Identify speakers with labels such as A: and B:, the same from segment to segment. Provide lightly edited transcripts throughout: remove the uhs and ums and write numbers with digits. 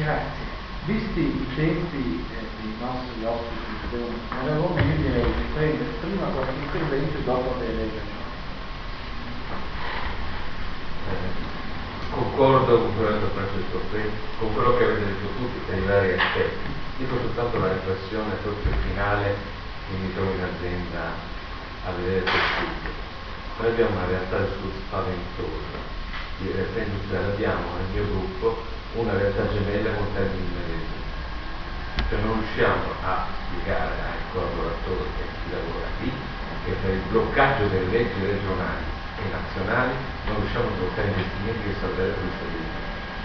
A: Grazie. Visti i tempi dei nostri ospiti che devono fare a Roma, io direi di prendere prima qualche intervento e dopo delle
B: Concordo con quello che ha Francesco prima, con quello che avete detto tutti per i vari aspetti. Dico soltanto la riflessione proprio finale che mi trovo in azienda a vedere quel studio. Noi abbiamo una realtà del sud spaventosa di realtà industriale, abbiamo nel mio gruppo una realtà gemella con termini medesimi. Cioè non riusciamo a spiegare ai collaboratori e a chi lavora lì che per il bloccaggio delle leggi regionali e nazionali non riusciamo a bloccare investimenti che salverebbero i stabilimenti.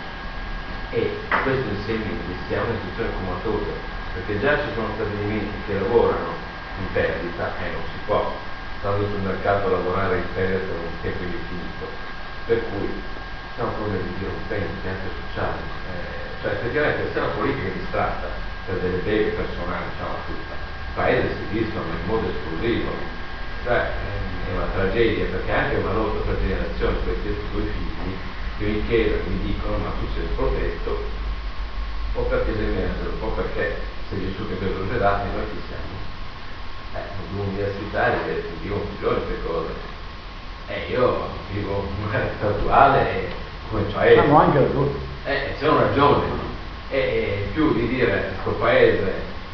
B: E questo insegna che siamo in situazione comatoria, perché già ci sono stabilimenti che lavorano in perdita e non si può, stando sul mercato, lavorare in perdita per un tempo indefinito. Per cui siamo problemi di rompenti anche sociali. Cioè effettivamente se la politica è distratta per delle beghe personali, diciamo tutta, il paese si disfano in modo esplosivo. Cioè, è una tragedia, perché anche una lotta per generazioni, per questi due figli, che mi chiedono, mi dicono, ma tu sei protetto, o perché sei mezzo, o perché sei vissuto in queste società, e noi chi siamo? Gli universitari dicono milioni di cose. Io vivo una realtà attuale e come paese.
A: Siamo anche da tutti.
B: C'è una ragione. Più di dire questo paese,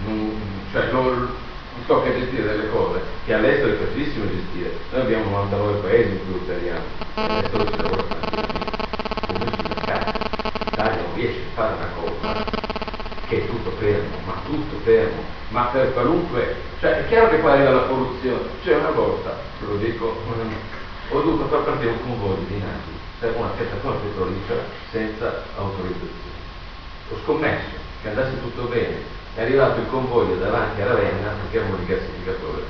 B: non tocca gestire delle cose che all'estero è facilissimo gestire. Noi abbiamo 99 paesi in cui operiamo, all'estero si lavora tantissimo, come sul mercato. L'Italia non riesce a fare una cosa che è tutto fermo, ma per qualunque, cioè è chiaro che poi arriva la corruzione. Cioè una volta, te lo dico, ho dovuto far partire un convoglio di navi per una piattaforma petrolifera senza autorizzazione. Ho scommesso che andasse tutto bene. È arrivato il convoglio davanti a Ravenna perché erano i gassificatori.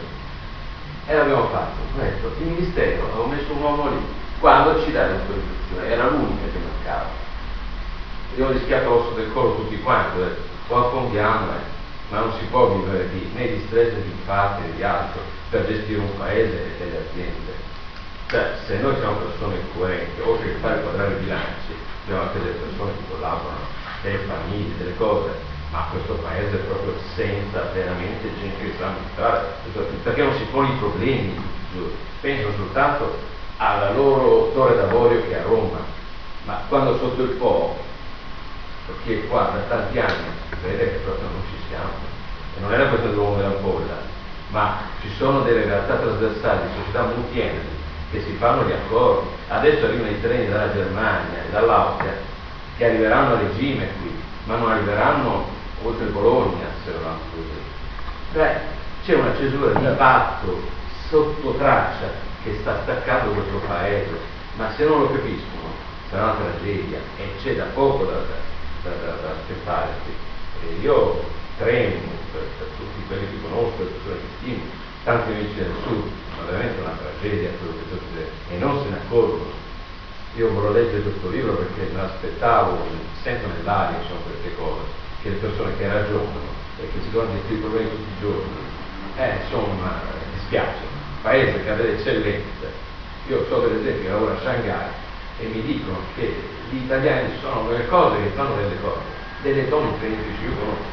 B: E l'abbiamo fatto. Ho detto, il ministero, avevo messo un uomo lì, quando ci dà l'autorizzazione, era l'unica che mancava. Io ho rischiato l'osso del collo tutti quanti, ho detto, o affondiamo, ma non si può vivere di né di stress, né di infarti, né di altro, per gestire un paese e delle aziende. Cioè, se noi siamo persone coerenti, oltre che fare quadrare i bilanci, abbiamo anche delle persone che collaborano, delle famiglie, delle cose, ma questo paese è proprio senza veramente gente che sa amministrare, perché non si pone i problemi, pensano soltanto alla loro torre d'avorio che è a Roma, ma quando sotto il Po, perché qua da tanti anni vede che proprio non ci siamo, e non è la questione dell'uomo dell'ampolla, ma ci sono delle realtà trasversali, società multietniche che si fanno gli accordi. Adesso arrivano i treni dalla Germania e dall'Austria che arriveranno a regime qui, ma non arriveranno oltre Bologna, se lo vanno così. Cioè c'è una cesura di patto sotto traccia che sta staccando questo paese, ma se non lo capiscono sarà una tragedia e c'è da poco da aspettare. Io tremo per tutti quelli che conosco, le persone che stimo, tanti amici del sud, ma veramente una tragedia quello che succede e non se ne accorgono. Io vorrò leggere questo libro perché me l'aspettavo, sento nell'aria insomma queste cose, che le persone che ragionano e che si devono gestire i problemi tutti i giorni, insomma, dispiace. Un paese che ha delle eccellenze. Io so per esempio che lavoro a Shanghai e mi dicono che gli italiani sono delle cose che fanno delle cose, delle donne imprenditrici, io conosco,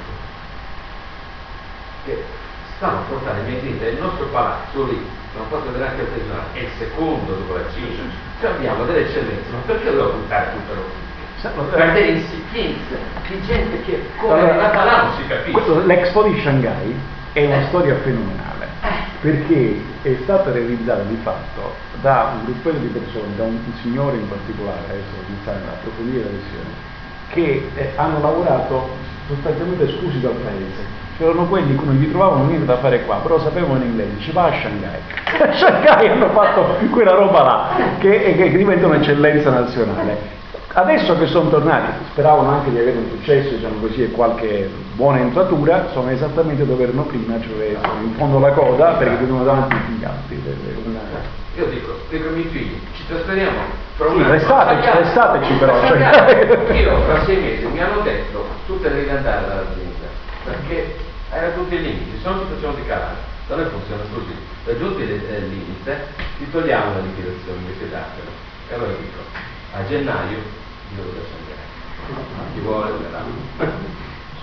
B: che stanno a portare i miei clienti nel nostro palazzo lì, non posso vedere anche il personale, è il secondo dopo la Cina, cioè abbiamo delle eccellenze, ma perché devo puntare tutta l'officina? Per delle insipienze di gente che come è arrivata là non si capisce.
A: L'Expo di Shanghai è una storia fenomenale, perché è stata realizzata di fatto da un gruppetto di persone, da un signore in particolare, adesso ho iniziato a approfondire la questione, che hanno lavorato sostanzialmente esclusi dal paese. C'erano quelli che non gli trovavano niente da fare qua, però sapevano in inglese, ci va a Shanghai. A Shanghai hanno fatto quella roba là, che diventa un'eccellenza nazionale. Adesso che sono tornati, speravano anche di avere un successo, diciamo così, e qualche buona entratura, sono esattamente dove erano prima, cioè sono in fondo alla coda perché vedono davanti tutti gli altri.
B: Io dico ai miei figli, ci trasferiamo fra
A: un anno. Restateci però.
B: Io fra 6 mesi mi hanno detto tu te ne devi andare dall'azienda, perché era tutti i limiti, se no ci facciamo di calare. Da noi funziona così, raggiunti il limite, ti togliamo la liquidazione invece datelo. E allora dico, a gennaio io lo lascio andare. Chi vuole verrà.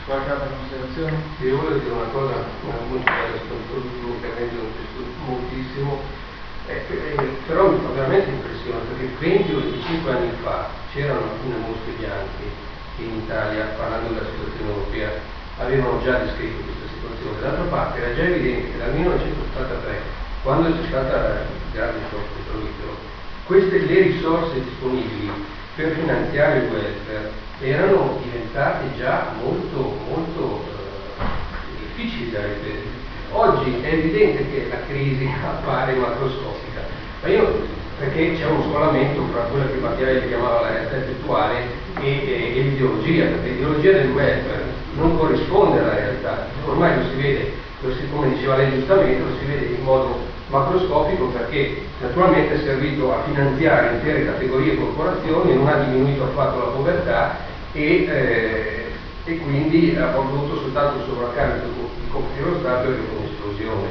C: Qualche altra considerazione?
D: Io volevo dire una cosa molto bella, l'ultimo intervento non è piaciuto moltissimo, però mi fa veramente impressione perché 20 o 25 anni fa c'erano alcune mosche bianche che in Italia, parlando della situazione europea, avevano già descritto questa situazione. D'altra parte era già evidente che dal 1983, quando c'è stata il grande shock petrolifero, le risorse disponibili per finanziare il welfare erano diventate già molto difficili da reperire. Oggi è evidente che la crisi appare macroscopica, ma perché c'è uno scollamento fra quello che Mattielli chiamava la realtà effettuale e l'ideologia, perché l'ideologia del welfare non corrisponde alla realtà, ormai lo si vede, come diceva lei giustamente, lo si vede in modo macroscopico perché naturalmente è servito a finanziare intere categorie e corporazioni, non ha diminuito affatto la povertà e quindi ha voluto soltanto sovraccarico i compiti dello Stato e un'esplosione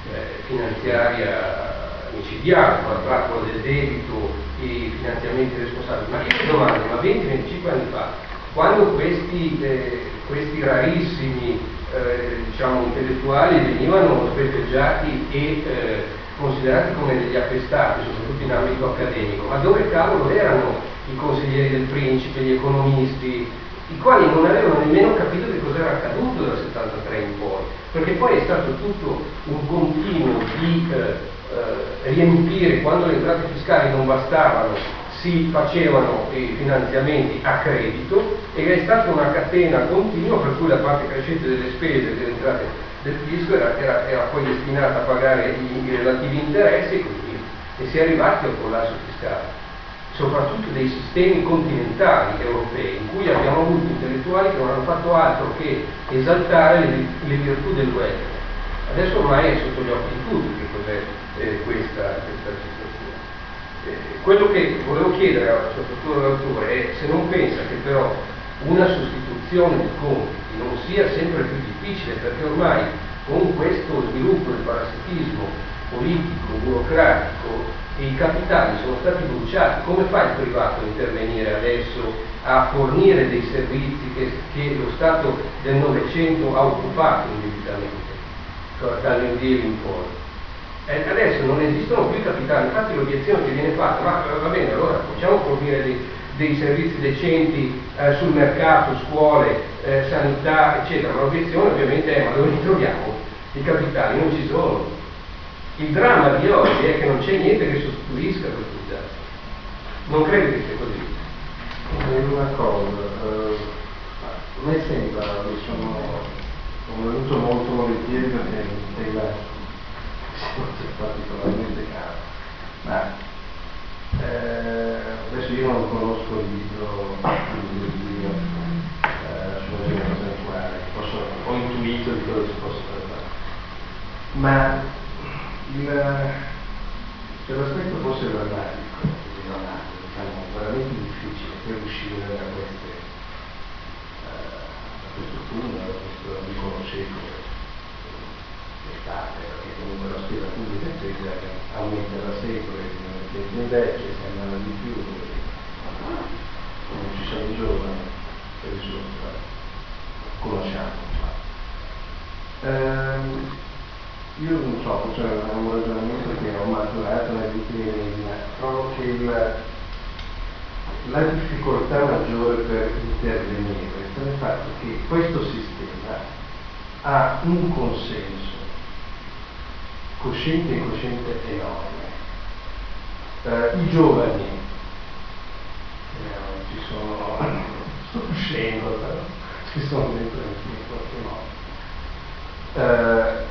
D: finanziaria micidiale, con la trappola del debito, i finanziamenti responsabili. Ma io mi domando, ma 20-25 anni fa, quando questi rarissimi intellettuali venivano spetteggiati e considerati come degli appestati, soprattutto in ambito accademico, ma dove cavolo erano i consiglieri del principe, gli economisti, i quali non avevano nemmeno capito che cosa era accaduto dal 73 in poi, perché poi è stato tutto un continuo di riempire, quando le entrate fiscali non bastavano, si facevano i finanziamenti a credito e è stata una catena continua per cui la parte crescente delle spese e delle entrate del fisco era poi destinata a pagare i relativi interessi e si è arrivati al collasso fiscale, soprattutto dei sistemi continentali europei in cui abbiamo avuto intellettuali che non hanno fatto altro che esaltare le virtù del welfare. Adesso ormai è sotto gli occhi di tutti che cos'è questa situazione. Quello che volevo chiedere al sottoscritto dell'autore è se non pensa che però una sostituzione di compiti non sia sempre più difficile, perché ormai con questo sviluppo del parassitismo politico, burocratico, e i capitali sono stati bruciati. Come fa il privato a intervenire adesso a fornire dei servizi che lo Stato del Novecento ha occupato indebitamente, dal New Deal in poi? Adesso non esistono più i capitali, infatti l'obiezione che viene fatta, ma va bene, allora possiamo fornire dei servizi decenti sul mercato, scuole, sanità, eccetera, ma l'obiezione ovviamente è: ma dove li troviamo? I capitali non ci sono. Il dramma di oggi è che non c'è niente che sostituisca questo disastro. Non credo che sia così.
E: Una cosa, a me sembra, sono venuto molto volentieri perché è un tema particolarmente caro, ma adesso io non conosco il libro sulla generazione attuale, ho intuito di cosa si possa trattare, ma c'è l'aspetto forse drammatico, diciamo, veramente difficile per uscire da questo tunnel, da questo vicolo cieco d'estate, perché comunque la spesa pubblica aumenta da secoli, si invecchia, si andava di più, non ci sono i giovani, per il suo conosciamo. Io non so, forse è un ragionamento che ho maturato negli ultimi mesi, ma trovo che la difficoltà maggiore per intervenire sta nel fatto che questo sistema ha un consenso cosciente e incosciente enorme. I giovani ci sono, sto uscendo, però ci sono dentro in qualche modo.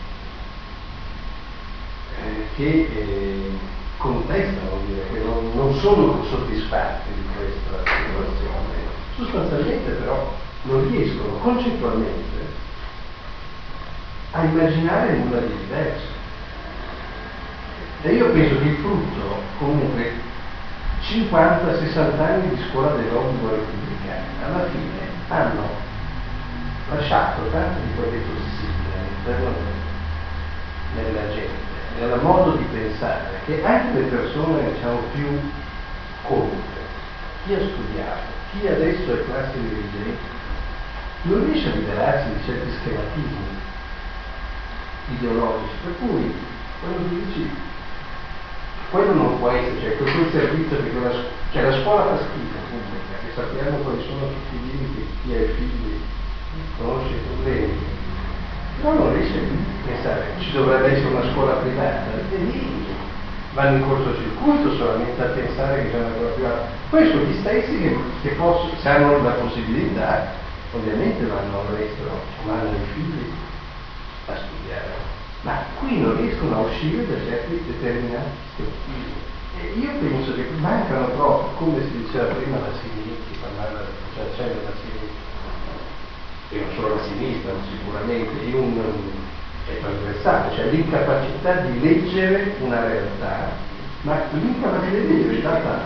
E: Che contestano, che non sono soddisfatti di questa situazione, sostanzialmente però non riescono concettualmente a immaginare nulla di diverso. E io penso che il frutto, comunque, 50-60 anni di scuola dell'obbligo repubblicano, alla fine hanno lasciato tanto di quelle tossine all'interno della gente, nel modo di pensare, che anche le persone, diciamo, più colte, chi ha studiato, chi adesso è classe dirigente, non riesce a liberarsi di certi schematismi ideologici, per cui quando tu dici quello non può essere, cioè quel servizio che la scuola fa schifo pubblica, che sappiamo quali sono tutti i limiti, chi ha i figli, conosce i problemi, però non riesce a pensare, ci dovrebbe essere una scuola privata, e lì vanno in cortocircuito solamente a pensare che c'è una scuola privata. Poi sono gli stessi che se hanno la possibilità, ovviamente vanno all'estero, mandano i figli a studiare, ma qui non riescono a uscire da certi determinati schematismi. E io penso che mancano proprio, come si diceva prima da Siminetti, parlava da Siminetti, e non solo la sinistra, ma sicuramente è trasversale, cioè l'incapacità di leggere una realtà, ma l'incapacità di leggere è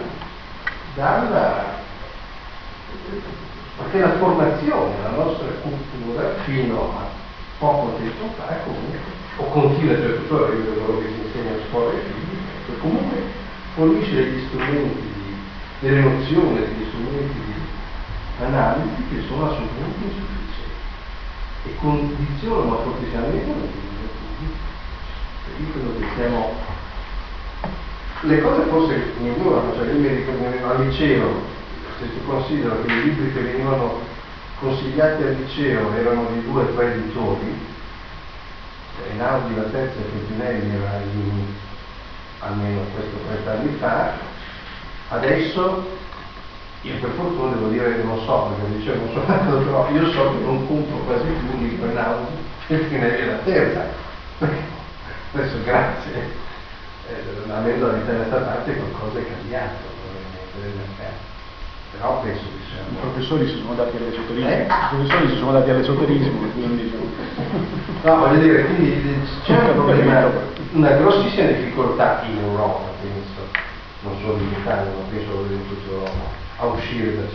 E: data perché la formazione, la nostra cultura, fino a poco tempo fa, comunque, o continua a tuttora, io vedo quello che si insegna a scuola ai figli, che comunque fornisce degli strumenti, delle nozioni, degli strumenti di analisi che sono assolutamente insufficienti e condizionano fortissimamente la vita pubblica. Io credo che siamo le cose forse migliorano, cioè io mi ricordo al liceo, se tu considero che i libri che venivano consigliati al liceo erano di 2 o 3 editori, Einaudi la terza e Feltrinelli era almeno questo 30 anni fa, adesso io per fortuna devo dire che non so, perché dicevo non so andato, però io so che non compro quasi più un libro Einaudi e Feltrinelli la terza, adesso grazie, avendo la vita da parte qualcosa è cambiato probabilmente nel mercato. Però penso che sia.
A: I professori si sono dati all'esoterismo, i professori si sono dati all'esoterismo, quindi.
E: No, voglio dire, quindi c'è un problema, una grossissima difficoltà in Europa, penso, non solo in Italia, ma penso in tutta Europa, a uscire da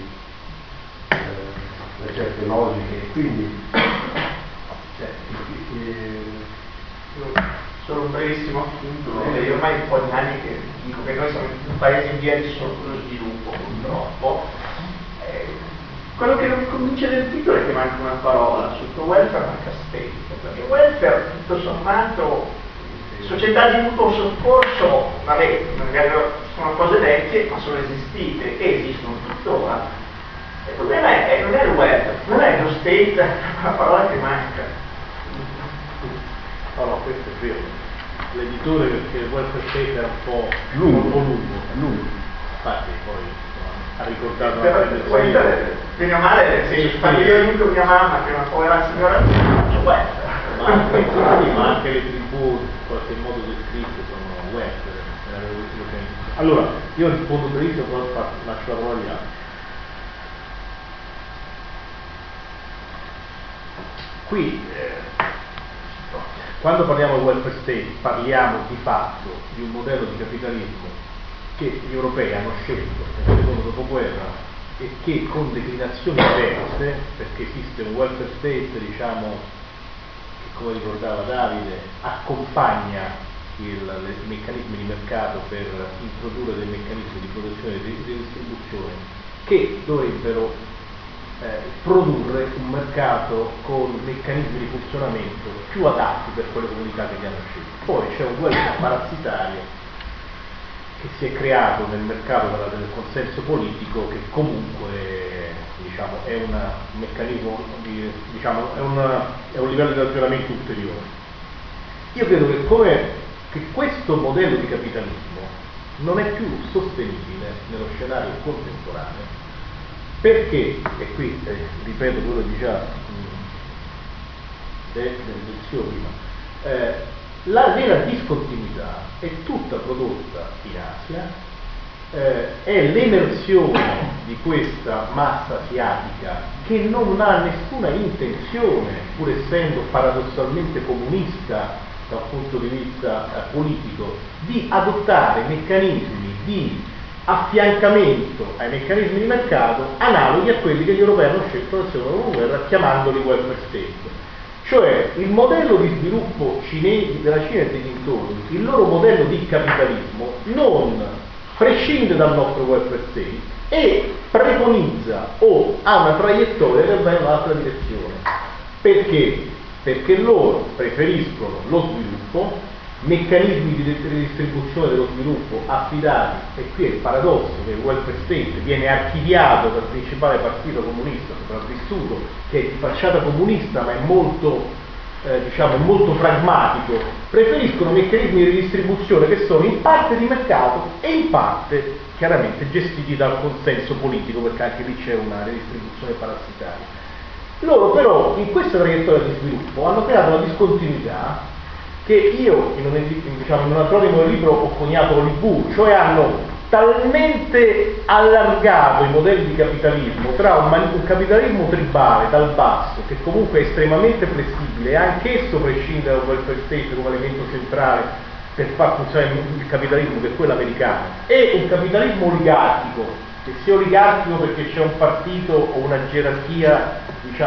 E: certe logiche. Quindi
C: solo un brevissimo appunto, io ormai un po' di anni che dico che noi siamo un paese in via di sottosviluppo purtroppo. Quello che non mi convince del titolo è che manca una parola, sotto welfare manca state, perché welfare tutto sommato, società di mutuo soccorso, vabbè, magari sono cose vecchie, ma sono esistite e esistono tuttora. Il problema non è il welfare, non è lo state, è una parola che manca.
F: No, questo è vero. L'editore, perché il welfare state era un po' lungo. Infatti poi ha ricordato
C: anche bene o male, se io aiuto mia mamma che è una povera signora, faccio welfare.
F: Ma anche le tribù in qualche modo descritte sono welfare nella rivoluzione. Allora, io rispondo benissimo, poi lascio la parola agli altri. Qui quando parliamo di welfare state parliamo di fatto di un modello di capitalismo che gli europei hanno scelto nel secondo dopoguerra e che con declinazioni diverse, perché esiste un welfare state, diciamo, che come ricordava Davide, accompagna i meccanismi di mercato per introdurre dei meccanismi di produzione e di distribuzione che dovrebbero produrre un mercato con meccanismi di funzionamento più adatti per quelle comunità che li hanno scelti. Poi c'è un welfare parassitario che si è creato nel mercato del consenso politico, che comunque diciamo, è un meccanismo è un livello di ragionamento ulteriore. Io credo che questo modello di capitalismo non è più sostenibile nello scenario contemporaneo, perché, e qui ripeto quello che diceva del zio prima, la vera discontinuità è tutta prodotta in Asia, è l'emersione di questa massa asiatica che non ha nessuna intenzione, pur essendo paradossalmente comunista dal punto di vista politico, di adottare meccanismi di affiancamento ai meccanismi di mercato analoghi a quelli che gli europei hanno scelto nella seconda dopoguerra, chiamandoli welfare state. Cioè il modello di sviluppo cinese, della Cina e dei dintorni, il loro modello di capitalismo non prescinde dal nostro welfare state, e preconizza o ha una traiettoria che va in un'altra direzione. Perché? Perché loro preferiscono lo sviluppo, meccanismi di redistribuzione dello sviluppo affidati, e qui è il paradosso che il welfare state viene archiviato dal principale partito comunista sopravvissuto, che è di facciata comunista ma è molto, molto pragmatico. Preferiscono meccanismi di redistribuzione che sono in parte di mercato e in parte chiaramente gestiti dal consenso politico, perché anche lì c'è una redistribuzione parassitaria. Loro però in questa traiettoria di sviluppo hanno creato una discontinuità che io in un acronimo del libro ho coniato l'IBU, cioè hanno talmente allargato i modelli di capitalismo tra un capitalismo tribale dal basso, che comunque è estremamente flessibile e anch'esso prescinde dal welfare state come elemento centrale per far funzionare il capitalismo, che è quello americano, e un capitalismo oligarchico, che sia oligarchico perché c'è un partito o una gerarchia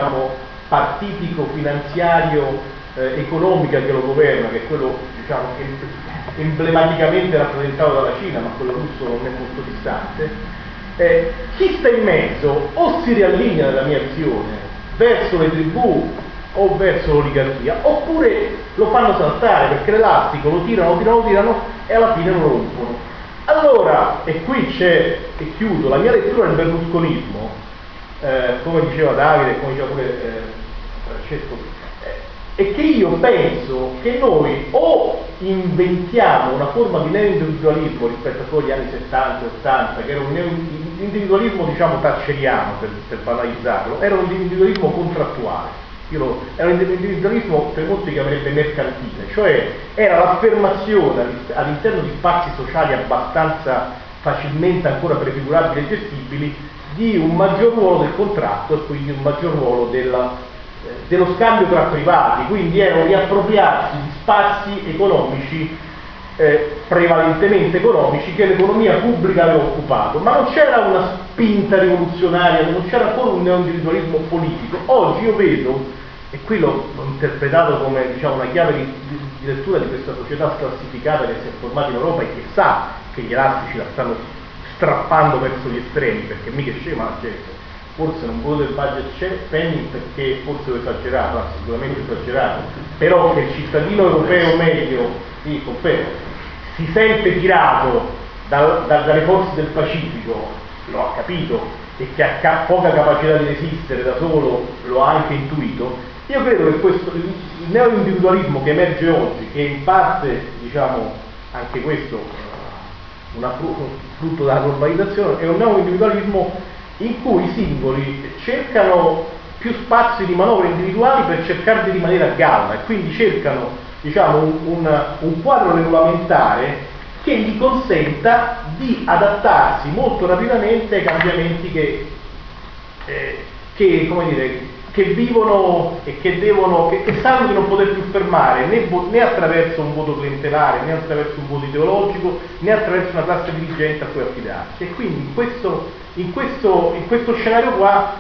F: partitico-finanziario economica che lo governa, che è quello emblematicamente rappresentato dalla Cina, ma quello russo non è molto distante. Chi sta in mezzo o si riallinea nella mia visione verso le tribù o verso l'oligarchia, oppure lo fanno saltare perché l'elastico lo tirano e alla fine lo rompono. Allora, e qui c'è, e chiudo, la mia lettura del berlusconismo, come diceva Davide, come diceva pure Francesco, è che io penso che noi o inventiamo una forma di neoindividualismo rispetto agli anni 70-80, che era un individualismo thatcheriano, per banalizzarlo, era un individualismo contrattuale. Era un individualismo per molti che chiamerebbe mercantile, cioè era l'affermazione all'interno di spazi sociali abbastanza facilmente ancora prefigurabili e gestibili di un maggior ruolo del contratto e quindi un maggior ruolo dello scambio tra privati, quindi era un riappropriarsi di spazi economici, prevalentemente economici, che l'economia pubblica aveva occupato, ma non c'era una spinta rivoluzionaria, non c'era ancora un neoindividualismo politico. Oggi io vedo, e qui l'ho interpretato come una chiave di lettura di questa società classificata che si è formata in Europa e che sa che gli elastici la stanno strappando verso gli estremi, perché mica scema la gente. Forse non vuole del budget spending perché forse ho esagerato, anzi sicuramente esagerato, però che il cittadino europeo medio, confermo, si sente tirato dalle forze del Pacifico, lo ha capito, e che ha poca capacità di resistere da solo, lo ha anche intuito. Io credo che il neoindividualismo che emerge oggi, che in parte, anche questo frutto della globalizzazione, è un neoindividualismo in cui i singoli cercano più spazi di manovra individuali per cercare di rimanere a galla, e quindi cercano un quadro regolamentare che gli consenta di adattarsi molto rapidamente ai cambiamenti che vivono e che sanno di non poter più fermare né attraverso un voto clientelare, né attraverso un voto ideologico, né attraverso una classe dirigente a cui affidarsi. E quindi in questo scenario qua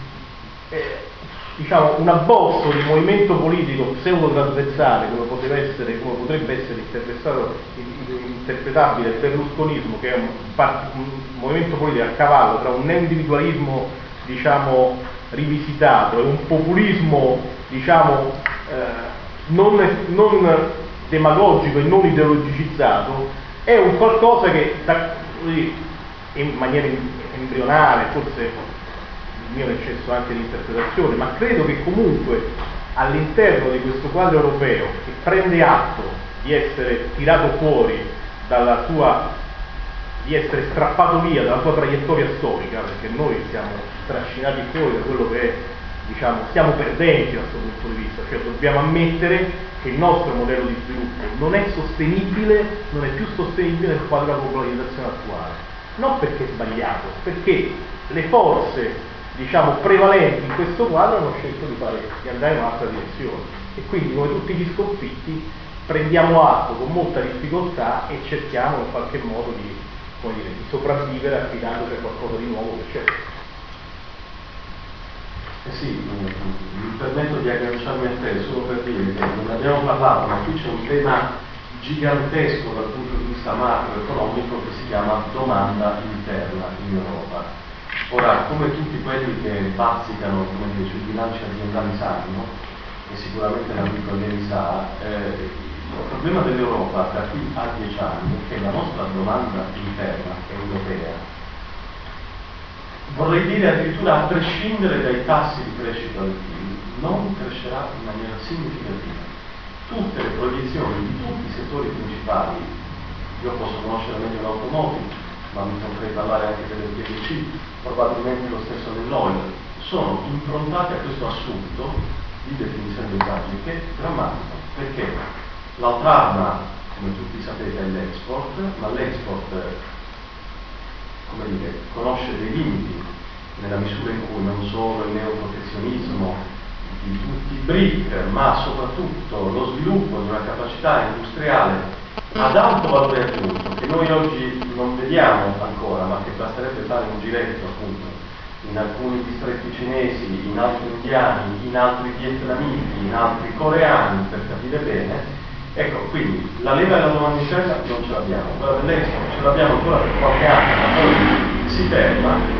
F: un abbozzo di movimento politico pseudo-trasversale come potrebbe essere interpretabile il berlusconismo, che è un movimento politico a cavallo tra un neoindividualismo rivisitato e un populismo non demagogico e non ideologicizzato, è un qualcosa che in maniera embrionale, forse il mio eccesso anche di interpretazione, ma credo che comunque all'interno di questo quadro europeo, che prende atto di essere tirato fuori di essere strappato via dalla sua traiettoria storica, perché noi siamo trascinati fuori da quello che è, siamo perdenti da questo punto di vista, cioè dobbiamo ammettere che il nostro modello di sviluppo non è più sostenibile nel quadro della globalizzazione attuale, non perché è sbagliato, perché le forze prevalenti in questo quadro hanno scelto di andare in un'altra direzione, e quindi come tutti gli sconfitti prendiamo atto con molta difficoltà e cerchiamo in qualche modo di sopravvivere affidandoci a qualcosa di nuovo che c'è.
E: Sì, mi permetto di agganciarmi a te solo per dire che non abbiamo parlato, ma qui c'è un tema gigantesco dal punto di
G: vista macroeconomico che si chiama domanda interna in Europa. Ora, come tutti quelli che bazzicano sui bilanci aziendali sanno, e sicuramente l'amico Leni sa, il problema dell'Europa da qui a 10 anni è che la nostra domanda interna europea, vorrei dire addirittura a prescindere dai tassi di crescita del PIL, non crescerà in maniera significativa. Tutte le proiezioni di tutti i settori principali, io posso conoscere meglio l'automobile, ma mi potrei parlare anche delle PVC, probabilmente lo stesso dell'oil, sono improntate a questo assunto di definizione dei budget drammatico, perché l'altra arma, come tutti sapete, è l'export, ma l'export, come dire, conosce dei limiti nella misura in cui non solo il neoprotezionismo di tutti i BRIC, ma soprattutto lo sviluppo di una capacità industriale ad alto valore aggiunto, che noi oggi non vediamo ancora, ma che basterebbe fare un giretto appunto in alcuni distretti cinesi, in altri indiani, in altri vietnamiti, in altri coreani, per capire bene. Ecco, quindi la leva della domanda interna non ce l'abbiamo, quella dell'export ce l'abbiamo ancora per qualche anno, ma poi si ferma.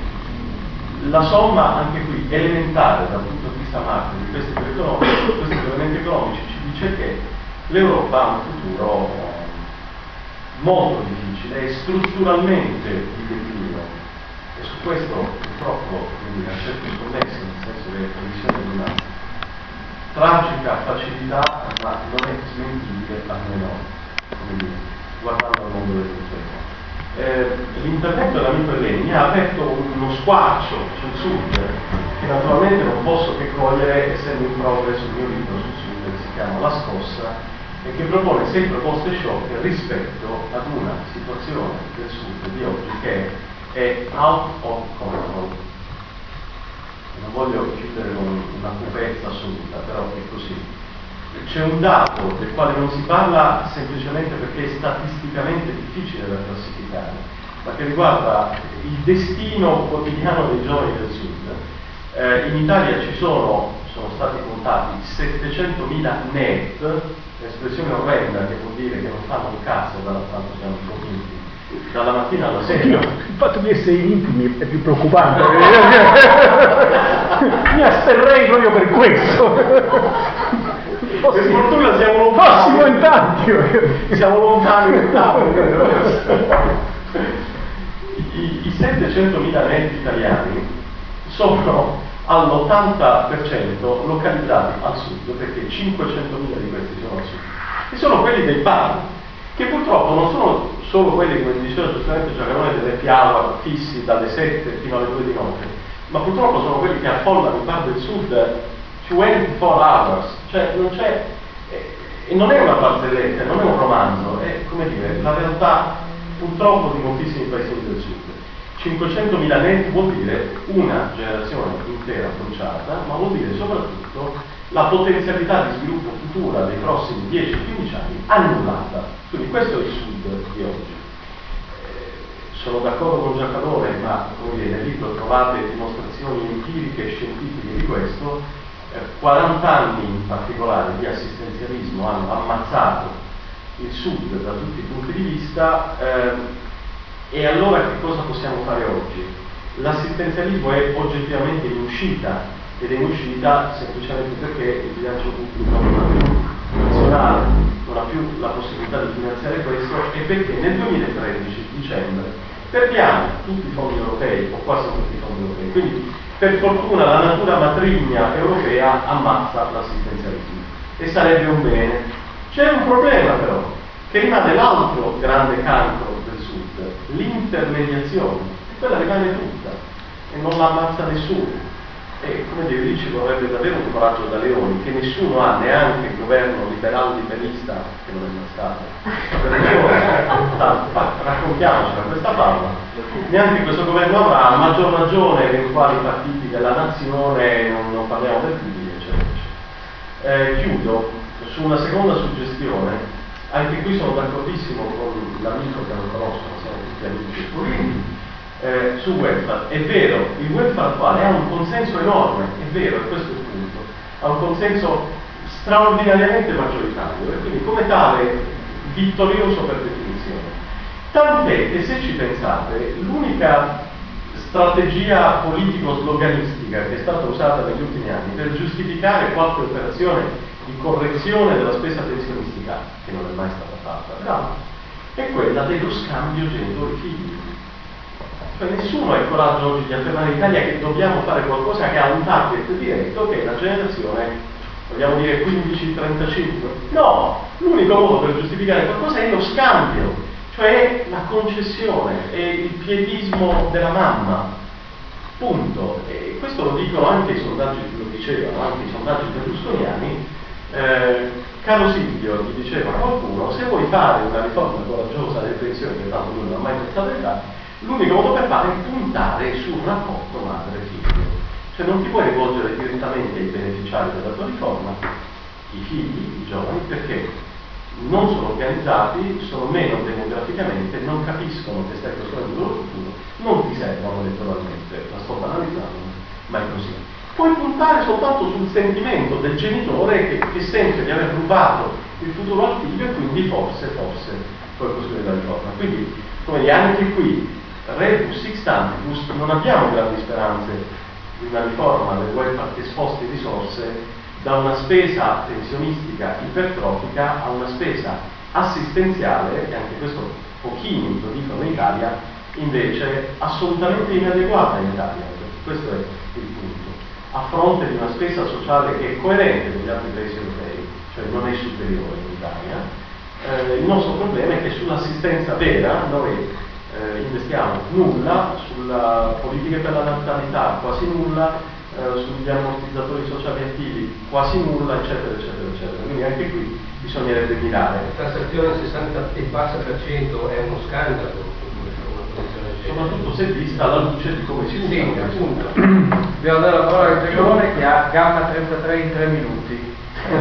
G: La somma, anche qui, elementare dal punto di vista macro di questi elementi economici ci dice che l'Europa ha un futuro molto difficile e strutturalmente di declino. E su questo purtroppo a certi connessi, nel senso che le condizioni di una tragica facilità, ma non è smentibile almeno, come dire, guardando al mondo dell'impresa. L'intervento dell'amico Leni mi ha aperto uno squarcio sul Sud che naturalmente non posso che cogliere essendo in progresso il mio libro sul Sud che si chiama La Scossa e che propone 6 proposte sciocche rispetto ad una situazione del Sud di oggi che è out of control. Non voglio chiudere con una cupezza assoluta, però è così. C'è un dato del quale non si parla semplicemente perché è statisticamente difficile da classificare, ma che riguarda il destino quotidiano dei giovani del Sud. In Italia sono stati contati 700.000 net, espressione orrenda che vuol dire che non fanno un cazzo tanto siamo convinti, dalla mattina alla sera.
A: Il fatto di essere intimi è più preoccupante. Mi asterrei proprio per questo.
G: Per fortuna siamo lontani.
A: In tanti.
G: Siamo lontani in tanti. I 700.000 net italiani sono all'80% localizzati al sud, perché 500.000 di questi sono al sud. E sono quelli dei bar, che purtroppo non sono solo quelli, come diceva giustamente Giacarone, delle fiamme fissi dalle 7 fino alle 2 di notte, ma purtroppo sono quelli che affollano i bar del sud 24 hours, cioè non c'è, e non è una barzelletta, non è un romanzo, è come dire, la realtà purtroppo di moltissimi paesini del sud. 500.000 net vuol dire una generazione intera bruciata, ma vuol dire soprattutto la potenzialità di sviluppo futura dei prossimi 10-15 anni annullata. Quindi questo è il sud di oggi. Sono d'accordo con Giacarone, ma come dire, nel libro trovate dimostrazioni empiriche e scientifiche di questo. 40 anni in particolare di assistenzialismo hanno ammazzato il sud da tutti i punti di vista, e allora che cosa possiamo fare oggi? L'assistenzialismo è oggettivamente in uscita, ed è in uscita semplicemente perché il bilancio pubblico nazionale non ha più la possibilità di finanziare questo, e perché nel 2013, dicembre, perdiamo tutti i fondi europei, o quasi tutti i fondi europei. Quindi per fortuna la natura matrigna europea ammazza l'assistenzialismo, e sarebbe un bene. C'è un problema però, che rimane l'altro grande cancro del sud, l'intermediazione, e quella rimane tutta, e non la ammazza nessuno. E come dire, lì ci vorrebbe davvero un coraggio da leoni, che nessuno ha, neanche il governo liberal-liberista, che non è mai stato, raccontiamocela questa favola, neanche questo governo avrà, a maggior ragione eventuali partiti della nazione, non parliamo del PD, eccetera. Chiudo su una seconda suggestione, anche qui sono d'accordissimo con l'amico che non conosco, siamo tutti amici puriti, sul welfare. È vero, il welfare attuale ha un consenso enorme, è vero, e questo è il punto, ha un consenso straordinariamente maggioritario, e quindi come tale vittorioso per definizione. Tant'è che, se ci pensate, l'unica strategia politico-sloganistica che è stata usata negli ultimi anni per giustificare qualche operazione di correzione della spesa pensionistica, che non è mai stata fatta, è quella dello scambio genitori-figli. Cioè, nessuno ha il coraggio oggi di affermare in Italia che dobbiamo fare qualcosa che ha un target diretto, che è la generazione, vogliamo dire 15-35. No, l'unico modo per giustificare qualcosa è lo scambio, cioè la concessione, è il pietismo della mamma, punto. E questo lo dicono anche i sondaggi, lo dicevano anche i sondaggi berlusconiani. Caro Silvio, gli diceva qualcuno, se vuoi fare una riforma coraggiosa delle pensioni, che tanto lui non ha mai pensato in realtà, l'unico modo per fare è puntare sul rapporto madre-figlio. Cioè non ti puoi rivolgere direttamente ai beneficiari della tua riforma, i figli, i giovani, perché non sono organizzati, sono meno demograficamente, non capiscono che stai costruendo il loro futuro, non ti servono elettoralmente, la sto banalizzando, ma è così. Puoi puntare soltanto sul sentimento del genitore che sente di aver rubato il futuro al figlio e quindi forse puoi costruire la riforma. Quindi, come dire, anche qui, rebus sic stantibus, non abbiamo grandi speranze di una riforma del welfare che sposti risorse da una spesa pensionistica ipertrofica a una spesa assistenziale, e anche questo pochini lo dicono in Italia, invece assolutamente inadeguata in Italia. Questo è il punto. A fronte di una spesa sociale che è coerente con gli altri paesi europei, cioè non è superiore in Italia, il nostro problema è che sull'assistenza vera noi investiamo nulla, sulla politica per la natalità quasi nulla, sugli ammortizzatori sociali attivi quasi nulla, eccetera, eccetera, eccetera. Quindi anche qui bisognerebbe mirare.
D: La tassazione al 60% è uno scandalo,
G: soprattutto se vista alla luce di come si usa.
D: Sì, appunto.
C: Devo dare la parola al Giacomone che ha gamma 33 in 3 minuti.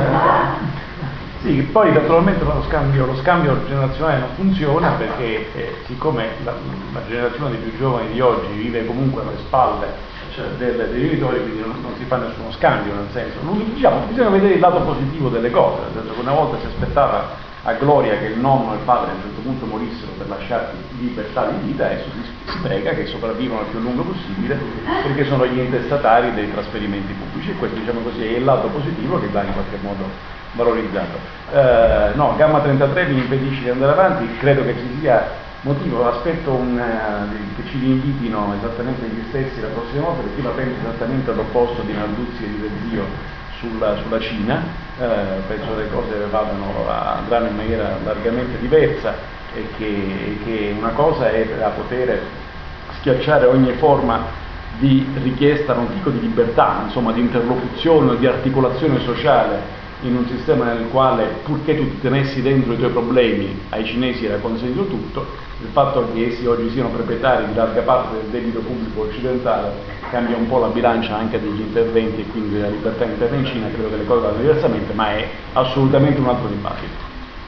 A: Sì, poi naturalmente lo scambio generazionale non funziona perché siccome la generazione dei più giovani di oggi vive comunque alle spalle dei genitori, quindi non si fa nessuno scambio, nel senso, diciamo, bisogna vedere il lato positivo delle cose, nel senso che una volta si aspettava a gloria che il nonno e il padre a un certo punto morissero per lasciarti libertà di vita, adesso si prega che sopravvivano il più lungo possibile perché sono gli intestatari dei trasferimenti pubblici, e questo, diciamo così, è il lato positivo che va in qualche modo valorizzato. No, gamma 33 mi impedisce di andare avanti, credo che ci sia motivo, aspetto che ci invitino esattamente gli stessi la prossima volta, perché io la penso esattamente all'opposto di Narduzzi e di De Zio sulla Cina. Penso che le cose andranno in maniera largamente diversa e che una cosa è da poter schiacciare ogni forma di richiesta, non dico di libertà, insomma di interlocuzione, di articolazione sociale in un sistema nel quale, purché tu ti tenessi dentro i tuoi problemi, ai cinesi era consentito tutto. Il fatto che essi oggi siano proprietari di larga parte del debito pubblico occidentale cambia un po' la bilancia anche degli interventi e quindi della libertà interna in Cina. Credo che le cose vadano diversamente, ma è assolutamente un altro dibattito.